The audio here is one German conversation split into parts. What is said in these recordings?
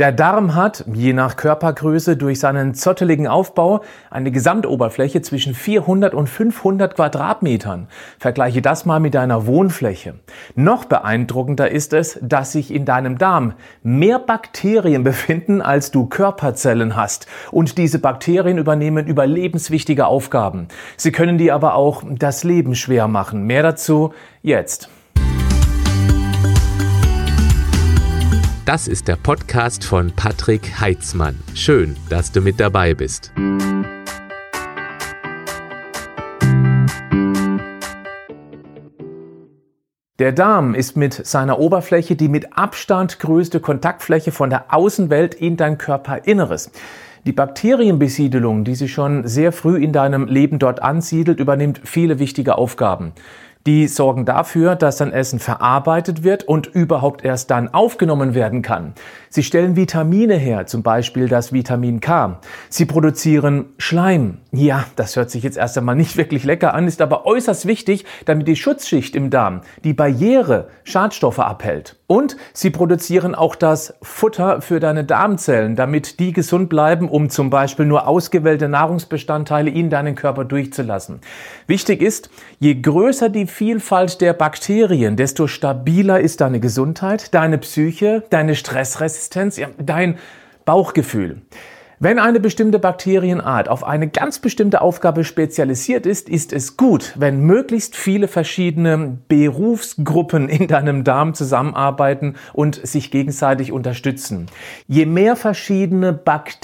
Der Darm hat, je nach Körpergröße, durch seinen zotteligen Aufbau eine Gesamtoberfläche zwischen 400 und 500 Quadratmetern. Vergleiche das mal mit deiner Wohnfläche. Noch beeindruckender ist es, dass sich in deinem Darm mehr Bakterien befinden, als du Körperzellen hast. Und diese Bakterien übernehmen überlebenswichtige Aufgaben. Sie können dir aber auch das Leben schwer machen. Mehr dazu jetzt. Das ist der Podcast von Patrick Heitzmann. Schön, dass du mit dabei bist. Der Darm ist mit seiner Oberfläche die mit Abstand größte Kontaktfläche von der Außenwelt in dein Körperinneres. Die Bakterienbesiedelung, die sich schon sehr früh in deinem Leben dort ansiedelt, übernimmt viele wichtige Aufgaben. Die sorgen dafür, dass dein Essen verarbeitet wird und überhaupt erst dann aufgenommen werden kann. Sie stellen Vitamine her, zum Beispiel das Vitamin K. Sie produzieren Schleim. Ja, das hört sich jetzt erst einmal nicht wirklich lecker an, ist aber äußerst wichtig, damit die Schutzschicht im Darm, die Barriere, Schadstoffe abhält. Und sie produzieren auch das Futter für deine Darmzellen, damit die gesund bleiben, um zum Beispiel nur ausgewählte Nahrungsbestandteile in deinen Körper durchzulassen. Wichtig ist, je größer die Vielfalt der Bakterien, desto stabiler ist deine Gesundheit, deine Psyche, deine Stressresistenz, ja, dein Bauchgefühl. Wenn eine bestimmte Bakterienart auf eine ganz bestimmte Aufgabe spezialisiert ist, ist es gut, wenn möglichst viele verschiedene Berufsgruppen in deinem Darm zusammenarbeiten und sich gegenseitig unterstützen. Je mehr verschiedene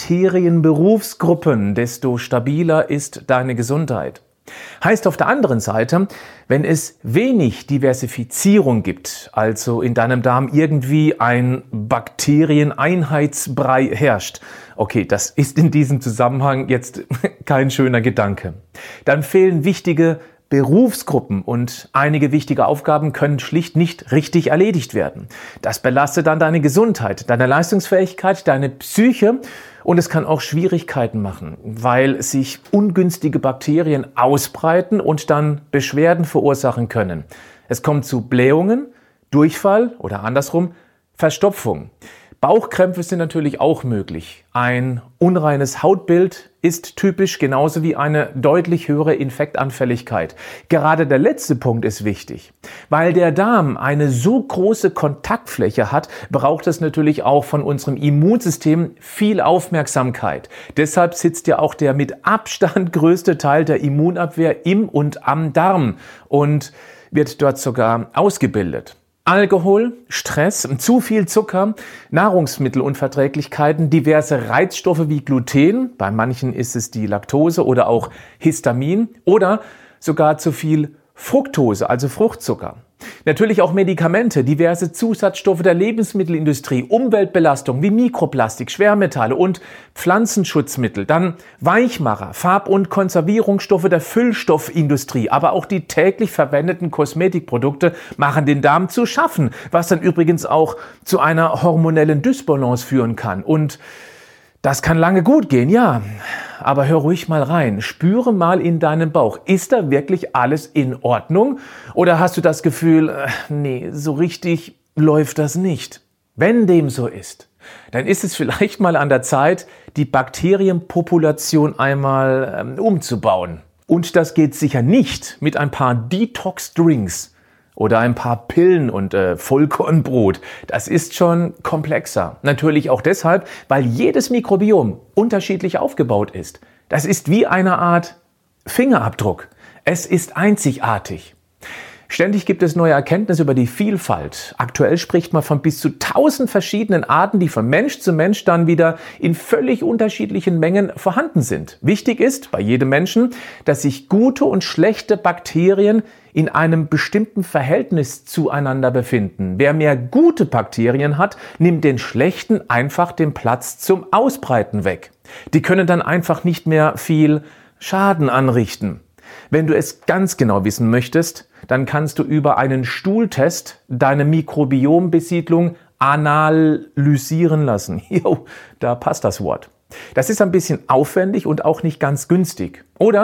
Bakterienberufsgruppen, desto stabiler ist deine Gesundheit. Heißt auf der anderen Seite, wenn es wenig Diversifizierung gibt, also in deinem Darm irgendwie ein Bakterieneinheitsbrei herrscht, okay, das ist in diesem Zusammenhang jetzt kein schöner Gedanke, dann fehlen wichtige Berufsgruppen und einige wichtige Aufgaben können schlicht nicht richtig erledigt werden. Das belastet dann deine Gesundheit, deine Leistungsfähigkeit, deine Psyche und es kann auch Schwierigkeiten machen, weil sich ungünstige Bakterien ausbreiten und dann Beschwerden verursachen können. Es kommt zu Blähungen, Durchfall oder andersrum Verstopfung. Bauchkrämpfe sind natürlich auch möglich. Ein unreines Hautbild ist typisch, genauso wie eine deutlich höhere Infektanfälligkeit. Gerade der letzte Punkt ist wichtig. Weil der Darm eine so große Kontaktfläche hat, braucht es natürlich auch von unserem Immunsystem viel Aufmerksamkeit. Deshalb sitzt ja auch der mit Abstand größte Teil der Immunabwehr im und am Darm und wird dort sogar ausgebildet. Alkohol, Stress, zu viel Zucker, Nahrungsmittelunverträglichkeiten, diverse Reizstoffe wie Gluten, bei manchen ist es die Laktose oder auch Histamin oder sogar zu viel Fructose, also Fruchtzucker. Natürlich auch Medikamente, diverse Zusatzstoffe der Lebensmittelindustrie, Umweltbelastung wie Mikroplastik, Schwermetalle und Pflanzenschutzmittel, dann Weichmacher, Farb- und Konservierungsstoffe der Füllstoffindustrie, aber auch die täglich verwendeten Kosmetikprodukte machen den Darm zu schaffen, was dann übrigens auch zu einer hormonellen Dysbalance führen kann. Und das kann lange gut gehen, ja. Aber hör ruhig mal rein, spüre mal in deinen Bauch. Ist da wirklich alles in Ordnung? Oder hast du das Gefühl, nee, so richtig läuft das nicht? Wenn dem so ist, dann ist es vielleicht mal an der Zeit, die Bakterienpopulation einmal umzubauen. Und das geht sicher nicht mit ein paar Detox-Drinks oder ein paar Pillen und Vollkornbrot. Das ist schon komplexer. Natürlich auch deshalb, weil jedes Mikrobiom unterschiedlich aufgebaut ist. Das ist wie eine Art Fingerabdruck. Es ist einzigartig. Ständig gibt es neue Erkenntnisse über die Vielfalt. Aktuell spricht man von bis zu 1000 verschiedenen Arten, die von Mensch zu Mensch dann wieder in völlig unterschiedlichen Mengen vorhanden sind. Wichtig ist bei jedem Menschen, dass sich gute und schlechte Bakterien in einem bestimmten Verhältnis zueinander befinden. Wer mehr gute Bakterien hat, nimmt den schlechten einfach den Platz zum Ausbreiten weg. Die können dann einfach nicht mehr viel Schaden anrichten. Wenn du es ganz genau wissen möchtest, dann kannst du über einen Stuhltest deine Mikrobiombesiedlung analysieren lassen. Jo, da passt das Wort. Das ist ein bisschen aufwendig und auch nicht ganz günstig. Oder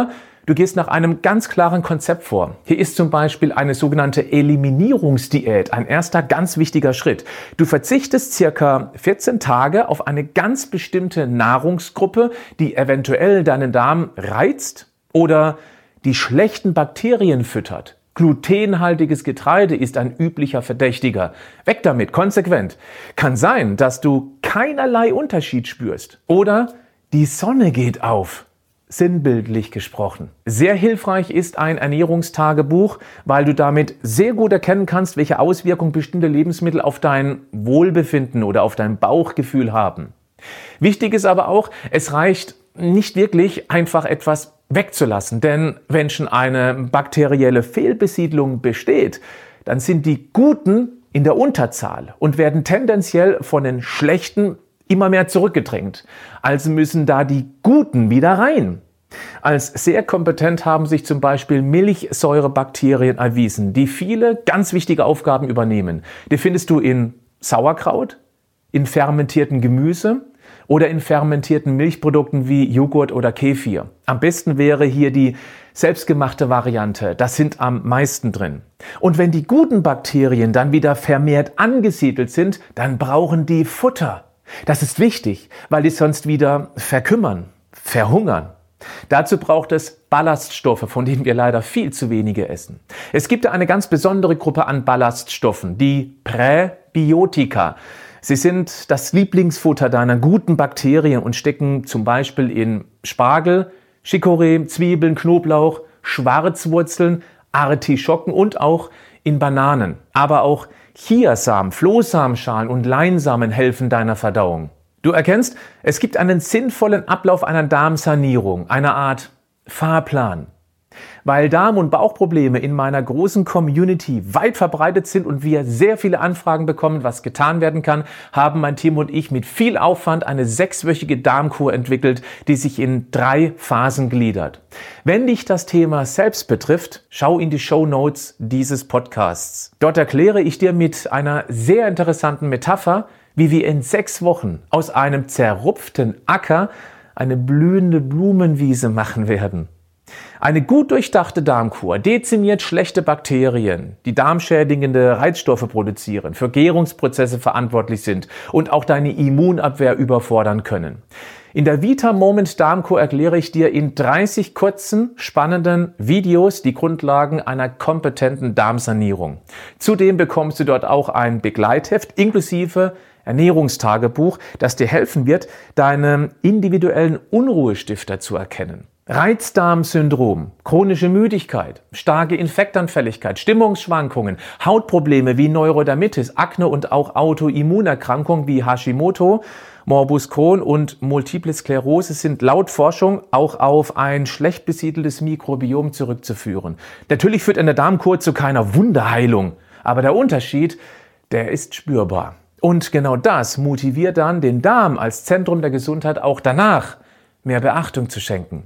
Du gehst nach einem ganz klaren Konzept vor. Hier ist zum Beispiel eine sogenannte Eliminierungsdiät ein erster ganz wichtiger Schritt. Du verzichtest circa 14 Tage auf eine ganz bestimmte Nahrungsgruppe, die eventuell deinen Darm reizt oder die schlechten Bakterien füttert. Glutenhaltiges Getreide ist ein üblicher Verdächtiger. Weg damit, konsequent. Kann sein, dass du keinerlei Unterschied spürst. Oder die Sonne geht auf. Sinnbildlich gesprochen. Sehr hilfreich ist ein Ernährungstagebuch, weil du damit sehr gut erkennen kannst, welche Auswirkungen bestimmte Lebensmittel auf dein Wohlbefinden oder auf dein Bauchgefühl haben. Wichtig ist aber auch, es reicht nicht wirklich, einfach etwas wegzulassen, denn wenn schon eine bakterielle Fehlbesiedlung besteht, dann sind die Guten in der Unterzahl und werden tendenziell von den Schlechten immer mehr zurückgedrängt. Also müssen da die Guten wieder rein. Als sehr kompetent haben sich zum Beispiel Milchsäurebakterien erwiesen, die viele ganz wichtige Aufgaben übernehmen. Die findest du in Sauerkraut, in fermentierten Gemüse oder in fermentierten Milchprodukten wie Joghurt oder Kefir. Am besten wäre hier die selbstgemachte Variante. Das sind am meisten drin. Und wenn die guten Bakterien dann wieder vermehrt angesiedelt sind, dann brauchen die Futter. Das ist wichtig, weil die sonst wieder verkümmern, verhungern. Dazu braucht es Ballaststoffe, von denen wir leider viel zu wenige essen. Es gibt eine ganz besondere Gruppe an Ballaststoffen, die Präbiotika. Sie sind das Lieblingsfutter deiner guten Bakterien und stecken zum Beispiel in Spargel, Chicorée, Zwiebeln, Knoblauch, Schwarzwurzeln, Artischocken und auch in Bananen. Aber auch Chiasamen, Flohsamenschalen und Leinsamen helfen deiner Verdauung. Du erkennst, es gibt einen sinnvollen Ablauf einer Darmsanierung, eine Art Fahrplan. Weil Darm- und Bauchprobleme in meiner großen Community weit verbreitet sind und wir sehr viele Anfragen bekommen, was getan werden kann, haben mein Team und ich mit viel Aufwand eine 6-wöchige Darmkur entwickelt, die sich in 3 Phasen gliedert. Wenn dich das Thema selbst betrifft, schau in die Shownotes dieses Podcasts. Dort erkläre ich dir mit einer sehr interessanten Metapher, wie wir in 6 Wochen aus einem zerrupften Acker eine blühende Blumenwiese machen werden. Eine gut durchdachte Darmkur dezimiert schlechte Bakterien, die darmschädigende Reizstoffe produzieren, für Gärungsprozesse verantwortlich sind und auch deine Immunabwehr überfordern können. In der Vita Moment Darmkur erkläre ich dir in 30 kurzen, spannenden Videos die Grundlagen einer kompetenten Darmsanierung. Zudem bekommst du dort auch ein Begleitheft inklusive Ernährungstagebuch, das dir helfen wird, deine individuellen Unruhestifter zu erkennen. Reizdarmsyndrom, chronische Müdigkeit, starke Infektanfälligkeit, Stimmungsschwankungen, Hautprobleme wie Neurodermitis, Akne und auch Autoimmunerkrankungen wie Hashimoto, Morbus Crohn und Multiple Sklerose sind laut Forschung auch auf ein schlecht besiedeltes Mikrobiom zurückzuführen. Natürlich führt eine Darmkur zu keiner Wunderheilung, aber der Unterschied, der ist spürbar. Und genau das motiviert dann den Darm als Zentrum der Gesundheit auch danach mehr Beachtung zu schenken.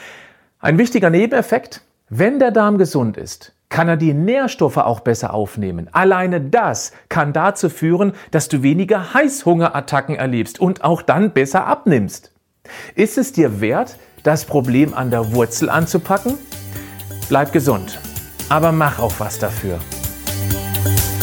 Ein wichtiger Nebeneffekt, wenn der Darm gesund ist, kann er die Nährstoffe auch besser aufnehmen. Alleine das kann dazu führen, dass du weniger Heißhungerattacken erlebst und auch dann besser abnimmst. Ist es dir wert, das Problem an der Wurzel anzupacken? Bleib gesund, aber mach auch was dafür.